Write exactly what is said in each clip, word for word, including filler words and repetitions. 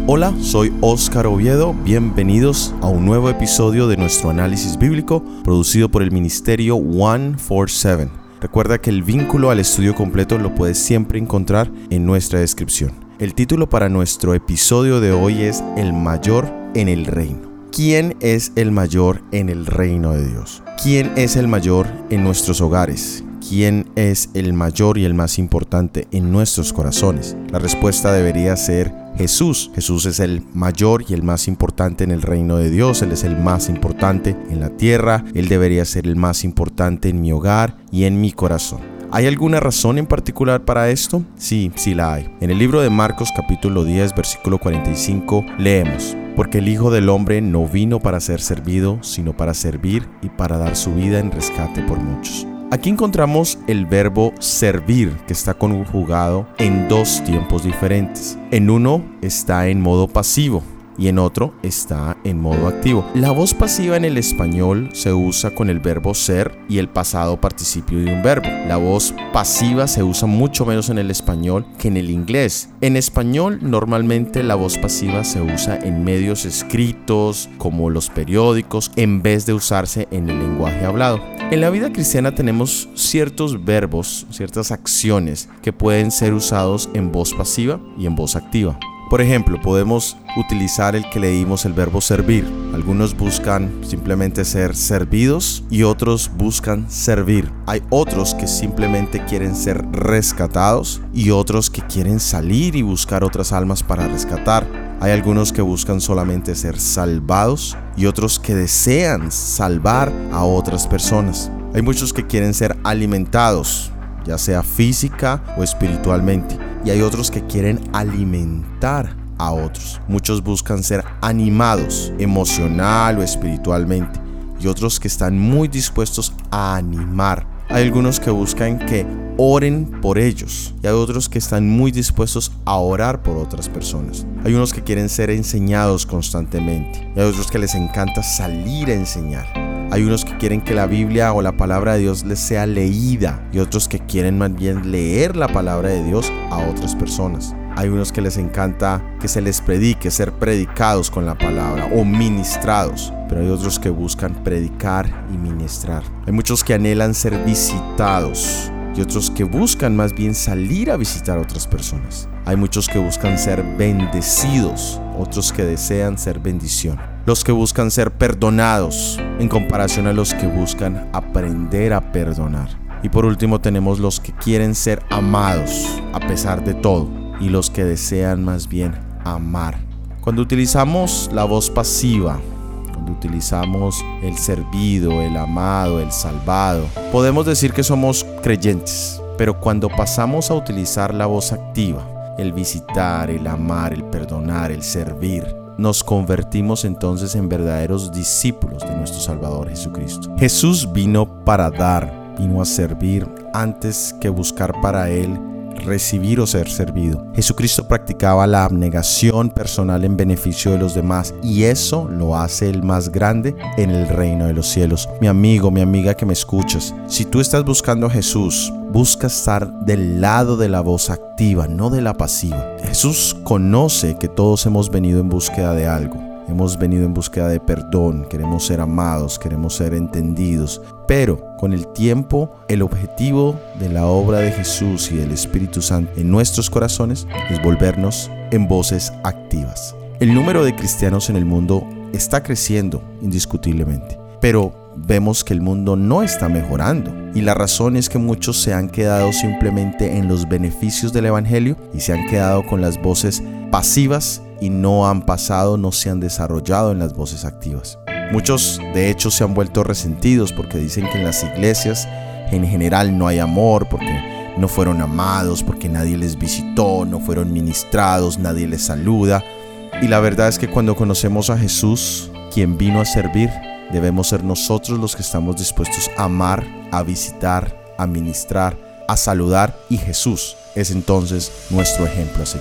Hola, soy Óscar Oviedo, bienvenidos a un nuevo episodio de nuestro análisis bíblico producido por el ministerio ciento cuarenta y siete. Recuerda que el vínculo al estudio completo lo puedes siempre encontrar en nuestra descripción. El título para nuestro episodio de hoy es El mayor en el reino. ¿Quién es el mayor en el reino de Dios? ¿Quién es el mayor en nuestros hogares? ¿Quién es el mayor y el más importante en nuestros corazones? La respuesta debería ser Jesús. Jesús es el mayor y el más importante en el reino de Dios. Él es el más importante en la tierra. Él debería ser el más importante en mi hogar y en mi corazón. ¿Hay alguna razón en particular para esto? Sí, sí la hay. En el libro de Marcos capítulo diez, versículo cuarenta y cinco, leemos: Porque el Hijo del Hombre no vino para ser servido, sino para servir y para dar su vida en rescate por muchos. Aquí encontramos el verbo servir, que está conjugado en dos tiempos diferentes. En uno está en modo pasivo y en otro está en modo activo. La voz pasiva en el español se usa con el verbo ser y el pasado participio de un verbo. La voz pasiva se usa mucho menos en el español que en el inglés. En español, normalmente la voz pasiva se usa en medios escritos, como los periódicos, en vez de usarse en el lenguaje hablado. En la vida cristiana tenemos ciertos verbos, ciertas acciones que pueden ser usados en voz pasiva y en voz activa. Por ejemplo, podemos utilizar el que leímos, el verbo servir. Algunos buscan simplemente ser servidos y otros buscan servir. Hay otros que simplemente quieren ser rescatados y otros que quieren salir y buscar otras almas para rescatar. Hay algunos que buscan solamente ser salvados y otros que desean salvar a otras personas. Hay muchos que quieren ser alimentados, ya sea física o espiritualmente. Y hay otros que quieren alimentar a otros. Muchos buscan ser animados emocional o espiritualmente. Y otros que están muy dispuestos a animar. Hay algunos que buscan que oren por ellos. Y hay otros que están muy dispuestos a orar por otras personas. Hay unos que quieren ser enseñados constantemente. Y hay otros que les encanta salir a enseñar. Hay unos que quieren que la Biblia o la palabra de Dios les sea leída y otros que quieren más bien leer la palabra de Dios a otras personas. Hay unos que les encanta que se les predique, ser predicados con la palabra o ministrados, pero hay otros que buscan predicar y ministrar. Hay muchos que anhelan ser visitados y otros que buscan más bien salir a visitar a otras personas. Hay muchos que buscan ser bendecidos, otros que desean ser bendición. Los que buscan ser perdonados en comparación a los que buscan aprender a perdonar. Y por último tenemos los que quieren ser amados a pesar de todo y los que desean más bien amar. Cuando utilizamos la voz pasiva, cuando utilizamos el servido, el amado, el salvado, podemos decir que somos creyentes. Pero cuando pasamos a utilizar la voz activa, el visitar, el amar, el perdonar, el servir, nos convertimos entonces en verdaderos discípulos de nuestro Salvador Jesucristo. Jesús vino para dar, vino a servir antes que buscar para Él recibir o ser servido. Jesucristo practicaba la abnegación personal en beneficio de los demás y eso lo hace el más grande en el reino de los cielos. Mi amigo, mi amiga que me escuchas, si tú estás buscando a Jesús, busca estar del lado de la voz activa, no de la pasiva. Jesús conoce que todos hemos venido en búsqueda de algo. Hemos venido en búsqueda de perdón, queremos ser amados, queremos ser entendidos. Pero con el tiempo, el objetivo de la obra de Jesús y del Espíritu Santo en nuestros corazones es volvernos en voces activas. El número de cristianos en el mundo está creciendo indiscutiblemente, pero vemos que el mundo no está mejorando. Y la razón es que muchos se han quedado simplemente en los beneficios del Evangelio y se han quedado con las voces pasivas y no han pasado, no se han desarrollado en las voces activas. Muchos de hecho se han vuelto resentidos porque dicen que en las iglesias en general no hay amor, porque no fueron amados, porque nadie les visitó, no fueron ministrados, nadie les saluda. Y la verdad es que cuando conocemos a Jesús, quien vino a servir, debemos ser nosotros los que estamos dispuestos a amar, a visitar, a ministrar, a saludar, y Jesús es entonces nuestro ejemplo a seguir.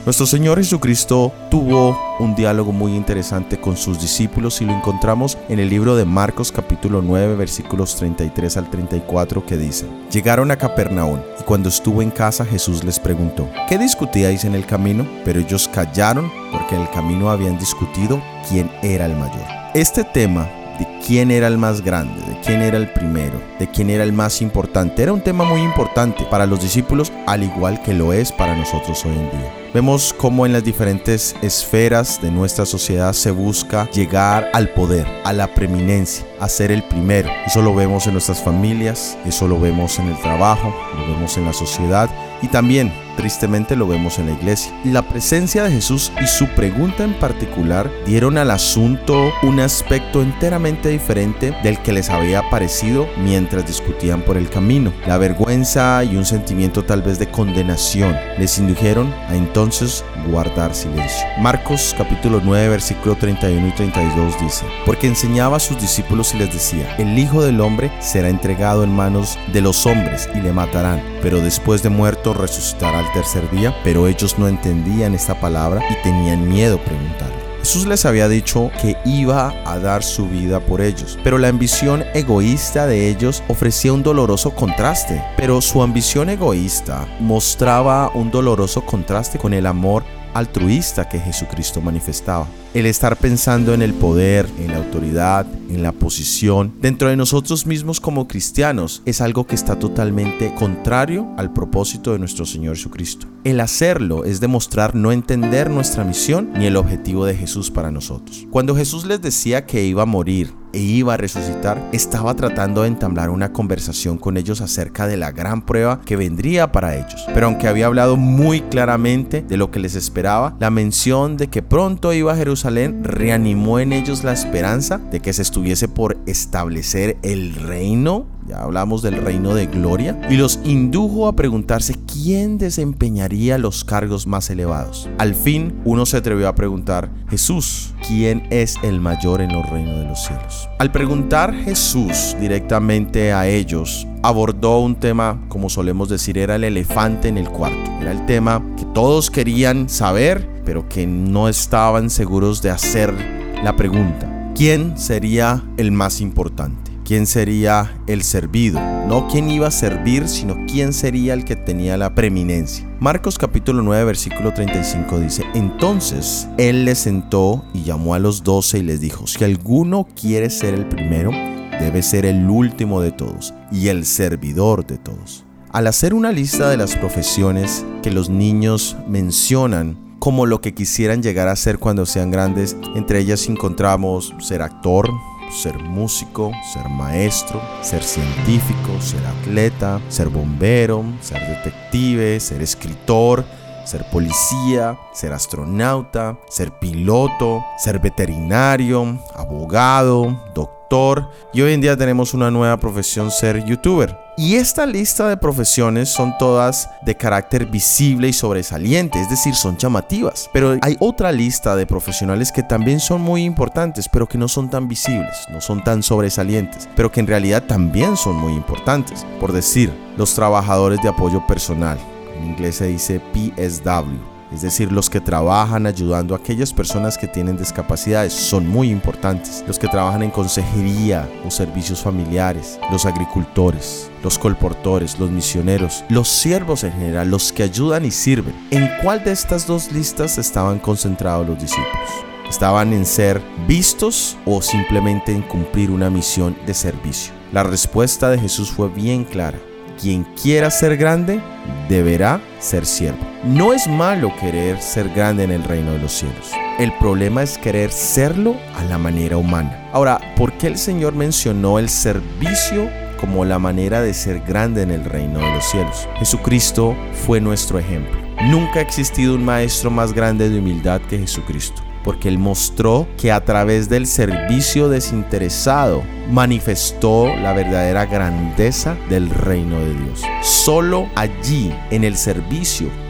Nuestro Señor Jesucristo tuvo un diálogo muy interesante con sus discípulos y lo encontramos en el libro de Marcos capítulo nueve versículos treinta y tres al treinta y cuatro, que dice: Llegaron a Capernaum y cuando estuvo en casa Jesús les preguntó: ¿qué discutíais en el camino? Pero ellos callaron porque en el camino habían discutido quién era el mayor. Este tema de quién era el más grande, de quién era el primero, de quién era el más importante, era un tema muy importante para los discípulos, al igual que lo es para nosotros hoy en día. Vemos cómo en las diferentes esferas de nuestra sociedad se busca llegar al poder, a la preeminencia, a ser el primero. Eso lo vemos en nuestras familias, eso lo vemos en el trabajo, lo vemos en la sociedad y también, tristemente, lo vemos en la iglesia. Y la presencia de Jesús y su pregunta en particular dieron al asunto un aspecto enteramente diferente del que les había parecido mientras discutían por el camino. La vergüenza y un sentimiento tal vez de condenación les indujeron a entonces guardar silencio. Marcos capítulo nueve versículo treinta y uno y treinta y dos dice: porque enseñaba a sus discípulos y les decía: el Hijo del Hombre será entregado en manos de los hombres y le matarán, pero después de muerto resucitará al tercer día. Pero ellos no entendían esta palabra y tenían miedo preguntarle. Jesús les había dicho que iba a dar su vida por ellos, pero la ambición egoísta de ellos ofrecía un doloroso contraste. Pero su ambición egoísta mostraba un doloroso contraste con el amor altruista que Jesucristo manifestaba. El estar pensando en el poder, en la autoridad, en la posición dentro de nosotros mismos como cristianos es algo que está totalmente contrario al propósito de nuestro Señor Jesucristo. El hacerlo es demostrar no entender nuestra misión ni el objetivo de Jesús para nosotros. Cuando Jesús les decía que iba a morir e iba a resucitar, estaba tratando de entablar una conversación con ellos acerca de la gran prueba que vendría para ellos. Pero aunque había hablado muy claramente de lo que les esperaba, la mención de que pronto iba a Jerusalén reanimó en ellos la esperanza de que se estuviese por establecer el reino. Ya hablamos del reino de gloria, y los indujo a preguntarse quién desempeñaría los cargos más elevados. Al fin, uno se atrevió a preguntar: Jesús, ¿quién es el mayor en los reinos de los cielos? Al preguntar Jesús directamente a ellos, abordó un tema, como solemos decir, era el elefante en el cuarto. Era el tema que todos querían saber, pero que no estaban seguros de hacer la pregunta: ¿quién sería el más importante? ¿Quién sería el servido? No quién iba a servir, sino quién sería el que tenía la preeminencia. Marcos capítulo nueve versículo treinta y cinco dice: entonces él les sentó y llamó a los doce y les dijo: si alguno quiere ser el primero, debe ser el último de todos y el servidor de todos. Al hacer una lista de las profesiones que los niños mencionan como lo que quisieran llegar a ser cuando sean grandes, entre ellas encontramos ser actor, ser músico, ser maestro, ser científico, ser atleta, ser bombero, ser detective, ser escritor, ser policía, ser astronauta, ser piloto, ser veterinario, abogado, doctor, y hoy en día tenemos una nueva profesión: ser youtuber. Y esta lista de profesiones son todas de carácter visible y sobresaliente, es decir, son llamativas. Pero hay otra lista de profesionales que también son muy importantes, pero que no son tan visibles, no son tan sobresalientes, pero que en realidad también son muy importantes. Por decir, los trabajadores de apoyo personal, en inglés se dice P S W. Es decir, los que trabajan ayudando a aquellas personas que tienen discapacidades son muy importantes. Los que trabajan en consejería o servicios familiares, los agricultores, los colportores, los misioneros, los siervos en general, los que ayudan y sirven. ¿En cuál de estas dos listas estaban concentrados los discípulos? ¿Estaban en ser vistos o simplemente en cumplir una misión de servicio? La respuesta de Jesús fue bien clara: quien quiera ser grande, deberá ser siervo. No es malo querer ser grande en el reino de los cielos. El problema es querer serlo a la manera humana. Ahora, ¿por qué el Señor mencionó el servicio como la manera de ser grande en el reino de los cielos? Jesucristo fue nuestro ejemplo. Nunca ha existido un maestro más grande de humildad que Jesucristo, porque Él mostró que a través del servicio desinteresado manifestó la verdadera grandeza del reino de Dios. Solo allí, en el servicio,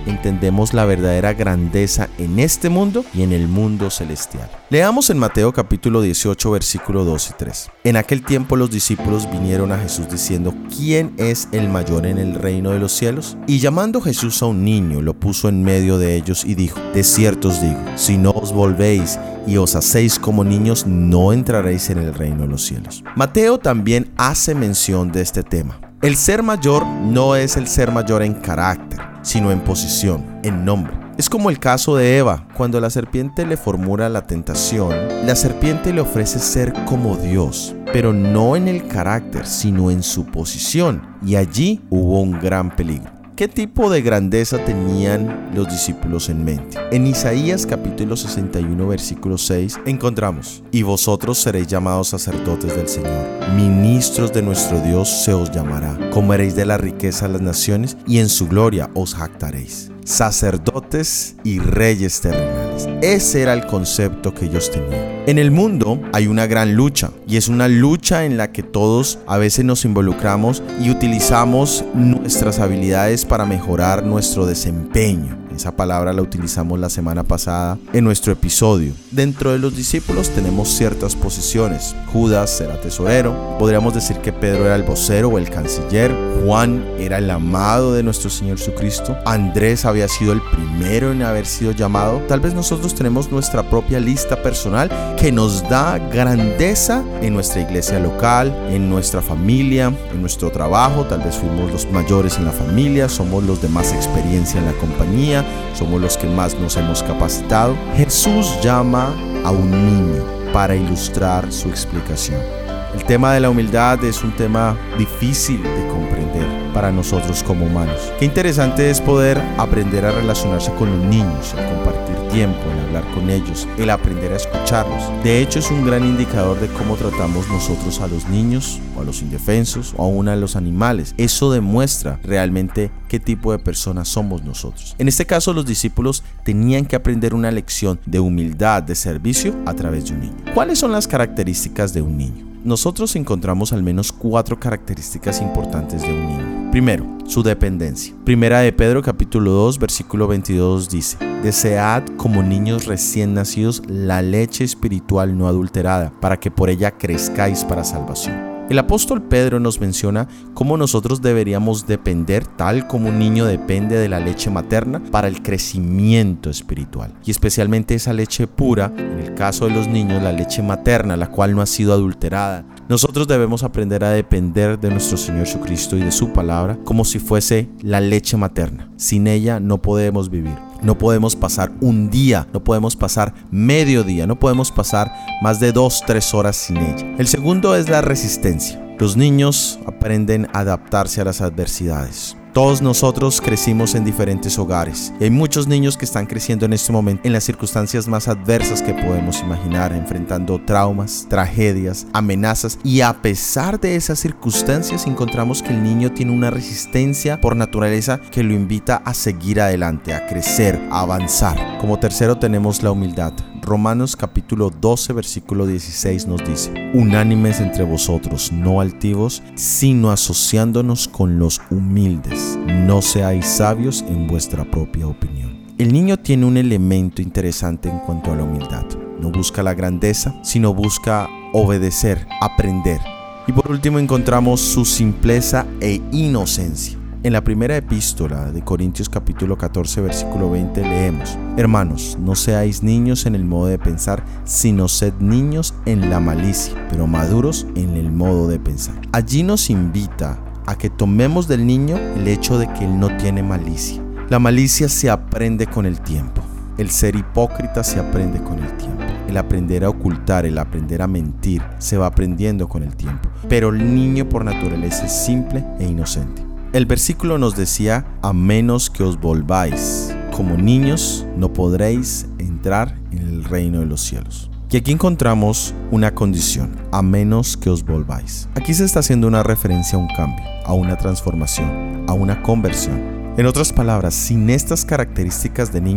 entendemos la verdadera grandeza en este mundo y en el mundo celestial. Leamos en Mateo capítulo dieciocho, versículo dos y tres. En aquel tiempo los discípulos vinieron a Jesús diciendo: ¿quién es el mayor en el reino de los cielos? Y llamando Jesús a un niño, lo puso en medio de ellos y dijo: de cierto os digo, si no os volvéis y os hacéis como niños, no entraréis en el reino de los cielos. Mateo también hace mención de este tema. El ser mayor no es el ser mayor en carácter, sino en posición, en nombre. Es como el caso de Eva. Cuando la serpiente le formula la tentación, la serpiente le ofrece ser como Dios, pero no en el carácter, sino en su posición. Y allí hubo un gran peligro. ¿Qué tipo de grandeza tenían los discípulos en mente? En Isaías capítulo sesenta y uno, versículo seis, encontramos: y vosotros seréis llamados sacerdotes del Señor, ministros de nuestro Dios se os llamará. Comeréis de la riqueza de las naciones y en su gloria os jactaréis. Sacerdotes y reyes terrenales. Ese era el concepto que ellos tenían. En el mundo hay una gran lucha, y es una lucha en la que todos a veces nos involucramos y utilizamos nuestras habilidades para mejorar nuestro desempeño. Esa palabra la utilizamos la semana pasada en nuestro episodio. Dentro de los discípulos tenemos ciertas posiciones. Judas era tesorero, podríamos decir que Pedro era el vocero o el canciller, Juan era el amado de nuestro Señor Jesucristo, Andrés había sido el primero en haber sido llamado. Tal vez nosotros tenemos nuestra propia lista personal que nos da grandeza en nuestra iglesia local, en nuestra familia, en nuestro trabajo. Tal vez fuimos los mayores en la familia, somos los de más experiencia en la compañía, somos los que más nos hemos capacitado. Jesús llama a un niño para ilustrar su explicación. El tema de la humildad es un tema difícil de comprender para nosotros como humanos. Qué interesante es poder aprender a relacionarse con los niños, el compartir tiempo, el hablar con ellos, el aprender a escucharlos. De hecho, es un gran indicador de cómo tratamos nosotros a los niños, o a los indefensos, o aún a los animales. Eso demuestra realmente qué tipo de personas somos nosotros. En este caso, los discípulos tenían que aprender una lección de humildad, de servicio, a través de un niño. ¿Cuáles son las características de un niño? Nosotros encontramos al menos cuatro características importantes de un niño. Primero, su dependencia. Primera de Pedro capítulo dos, versículo veintidós dice: desead como niños recién nacidos la leche espiritual no adulterada, para que por ella crezcáis para salvación. El apóstol Pedro nos menciona cómo nosotros deberíamos depender, tal como un niño depende de la leche materna, para el crecimiento espiritual. Y especialmente esa leche pura, en el caso de los niños, la leche materna, la cual no ha sido adulterada. Nosotros debemos aprender a depender de nuestro Señor Jesucristo y de su palabra como si fuese la leche materna. Sin ella no podemos vivir. No podemos pasar un día, no podemos pasar medio día, no podemos pasar más de dos, tres horas sin ella. El segundo es la resistencia. Los niños aprenden a adaptarse a las adversidades. Todos nosotros crecimos en diferentes hogares y hay muchos niños que están creciendo en este momento en las circunstancias más adversas que podemos imaginar, enfrentando traumas, tragedias, amenazas, y a pesar de esas circunstancias encontramos que el niño tiene una resistencia por naturaleza que lo invita a seguir adelante, a crecer, a avanzar. Como tercero tenemos la humildad. Romanos capítulo doce, versículo dieciséis nos dice: unánimes entre vosotros, no altivos, sino asociándonos con los humildes. No seáis sabios en vuestra propia opinión. El niño tiene un elemento interesante en cuanto a la humildad. No busca la grandeza, sino busca obedecer, aprender. Y por último encontramos su simpleza e inocencia. En la primera epístola de Corintios capítulo catorce, versículo veinte leemos: hermanos, no seáis niños en el modo de pensar, sino sed niños en la malicia, pero maduros en el modo de pensar. Allí nos invita a que tomemos del niño el hecho de que él no tiene malicia. La malicia se aprende con el tiempo. El ser hipócrita se aprende con el tiempo. El aprender a ocultar, el aprender a mentir, se va aprendiendo con el tiempo. Pero el niño por naturaleza es simple e inocente. El versículo nos decía: a menos que os volváis como niños, no podréis entrar en el reino de los cielos. Y aquí encontramos una condición: a menos que os volváis. Aquí se está haciendo una referencia a un cambio, a una transformación, a una conversión. En otras palabras, sin estas características de niño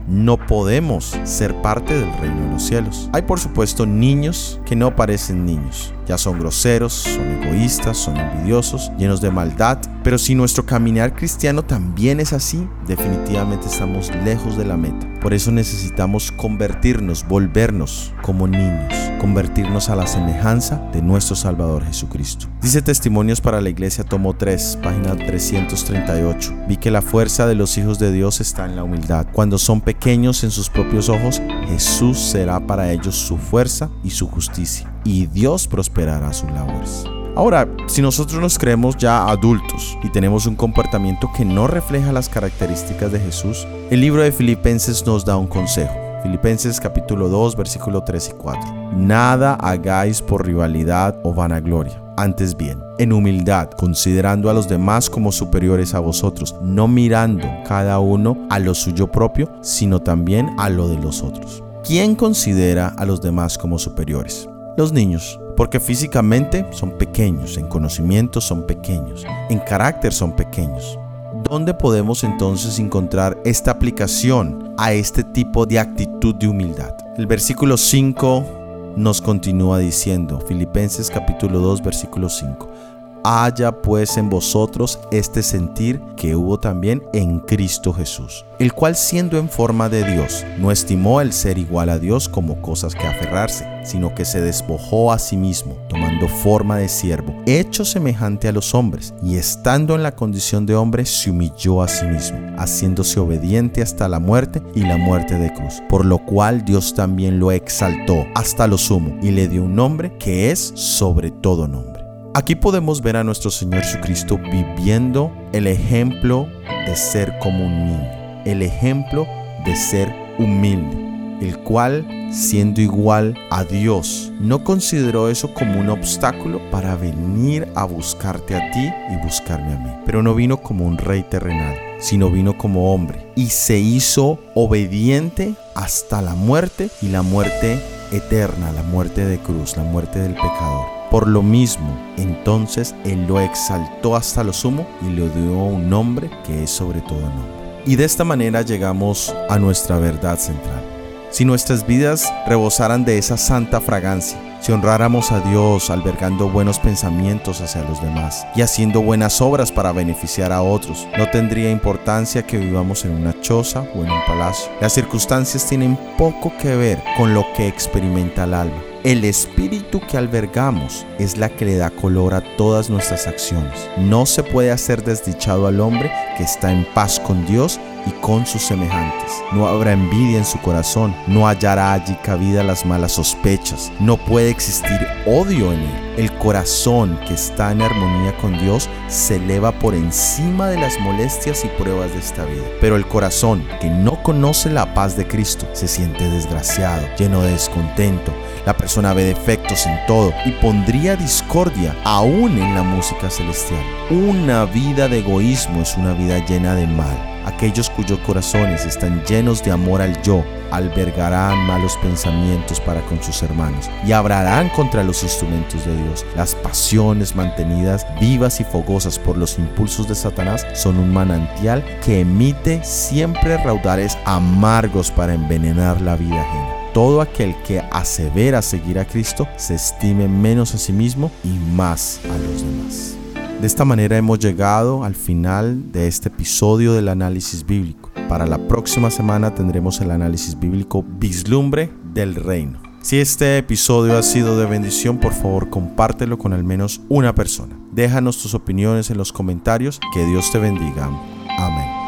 no podemos ser parte del reino de los cielos. Hay por supuesto niños que no parecen niños. Ya son groseros, son egoístas, son envidiosos, llenos de maldad. Pero si nuestro caminar cristiano también es así, definitivamente estamos lejos de la meta. Por eso necesitamos convertirnos, volvernos como niños, convertirnos a la semejanza de nuestro Salvador Jesucristo. Dice Testimonios para la Iglesia, tomo tres, página trescientos treinta y ocho. Vi que la fuerza de los hijos de Dios está en la humildad. Cuando son pequeños en sus propios ojos, Jesús será para ellos su fuerza y su justicia, y Dios prosperará sus labores. Ahora, si nosotros nos creemos ya adultos y tenemos un comportamiento que no refleja las características de Jesús, el libro de Filipenses nos da un consejo. Filipenses capítulo dos, versículos tres y cuatro. Nada hagáis por rivalidad o vanagloria. Antes bien, en humildad, considerando a los demás como superiores a vosotros, no mirando cada uno a lo suyo propio, sino también a lo de los otros. ¿Quién considera a los demás como superiores? Los niños, porque físicamente son pequeños, en conocimiento son pequeños, en carácter son pequeños. ¿Dónde podemos entonces encontrar esta aplicación a este tipo de actitud de humildad? El versículo cinco nos continúa diciendo, Filipenses capítulo dos, versículo cinco. Haya pues en vosotros este sentir que hubo también en Cristo Jesús, el cual siendo en forma de Dios, no estimó el ser igual a Dios como cosas que aferrarse, sino que se despojó a sí mismo, tomando forma de siervo, hecho semejante a los hombres, y estando en la condición de hombre, se humilló a sí mismo, haciéndose obediente hasta la muerte y la muerte de cruz, por lo cual Dios también lo exaltó hasta lo sumo, y le dio un nombre que es sobre todo nombre. Aquí podemos ver a nuestro Señor Jesucristo viviendo el ejemplo de ser como un niño, el ejemplo de ser humilde, el cual, siendo igual a Dios, no consideró eso como un obstáculo para venir a buscarte a ti y buscarme a mí. Pero no vino como un rey terrenal, sino vino como hombre y se hizo obediente hasta la muerte y la muerte eterna, la muerte de cruz, la muerte del pecador. Por lo mismo, entonces Él lo exaltó hasta lo sumo y le dio un nombre que es sobre todo nombre. Y de esta manera llegamos a nuestra verdad central. Si nuestras vidas rebosaran de esa santa fragancia, si honráramos a Dios albergando buenos pensamientos hacia los demás y haciendo buenas obras para beneficiar a otros, no tendría importancia que vivamos en una choza o en un palacio. Las circunstancias tienen poco que ver con lo que experimenta el alma. El espíritu que albergamos es la que le da color a todas nuestras acciones. No se puede hacer desdichado al hombre que está en paz con Dios y con sus semejantes. No habrá envidia en su corazón, no hallará allí cabida las malas sospechas, no puede existir odio en él. El corazón que está en armonía con Dios se eleva por encima de las molestias y pruebas de esta vida. Pero el corazón que no conoce la paz de Cristo se siente desgraciado, lleno de descontento. La persona ve defectos en todo y pondría discordia aún en la música celestial. Una vida de egoísmo es una vida llena de mal. Aquellos cuyos corazones están llenos de amor al yo albergarán malos pensamientos para con sus hermanos y habrán contra los instrumentos de Dios. Las pasiones mantenidas vivas y fogosas por los impulsos de Satanás son un manantial que emite siempre raudales amargos para envenenar la vida ajena. Todo aquel que asevera seguir a Cristo se estime menos a sí mismo y más a los demás. De esta manera hemos llegado al final de este episodio del análisis bíblico. Para la próxima semana tendremos el análisis bíblico Vislumbre del Reino. Si este episodio ha sido de bendición, por favor compártelo con al menos una persona. Déjanos tus opiniones en los comentarios. Que Dios te bendiga. Amén.